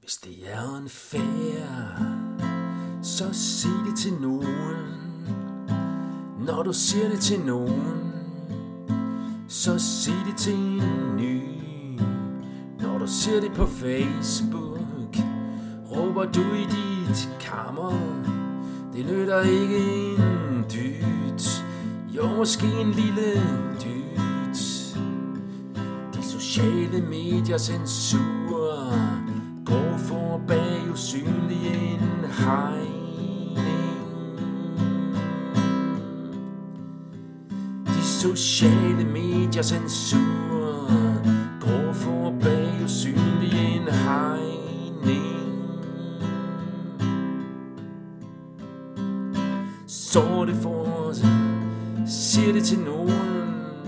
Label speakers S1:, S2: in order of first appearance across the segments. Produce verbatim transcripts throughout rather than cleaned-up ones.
S1: Hvis det er en fair, så sig det til nogen. Når du siger det til nogen, så sig det til en ny. Når du siger det på Facebook, råber du i dit kammer. Det nytter ikke en dyt, jo måske en lille dyt. De sociale medier censur går for bag usynlig en hegning. De sociale medier censur går for bag usynlig en hegning. Så det for os, siger det til nogen.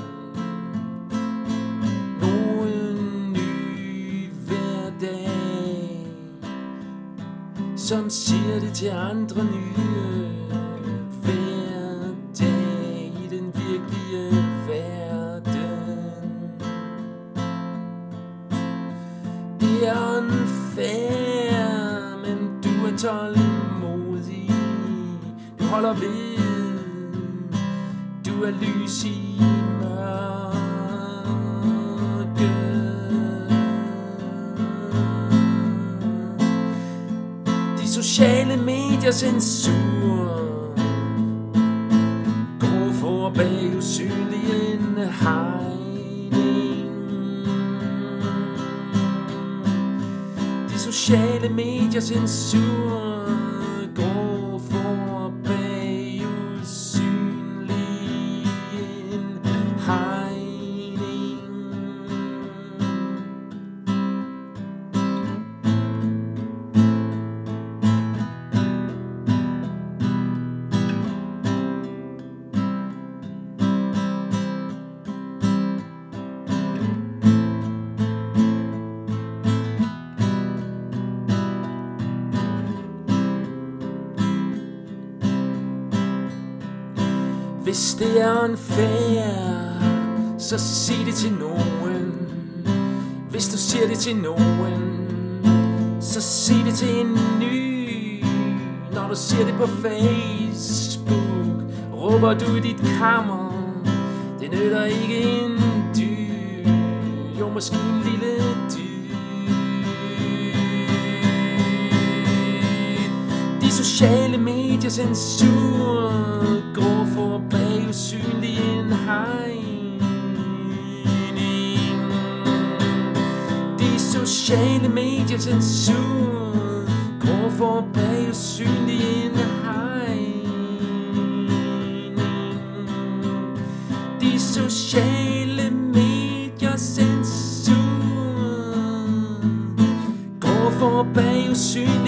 S1: Nogen ny hver dag, som siger det til andre nye hver dag i den virkelige verden. Det er unfair, men du er tålmodig. Du holder ved, du er lys i mørke. De sociale medier censur går for bag usynlig en hegning. De sociale medier censur går for bag usynlig en hegning. Hvis det er unfair, så sig det til nogen. Hvis du siger det til nogen, så sig det til en ny. Når du siger det på Facebook, råber du i dit kammer. Det nytter ikke en dyr, jo måske en lille dyr. De sociale medier censur går for bag usynlig en hegning. De sociale medier censur går for bag usynlig en hegning. De sociale medier censur går for bag usynlig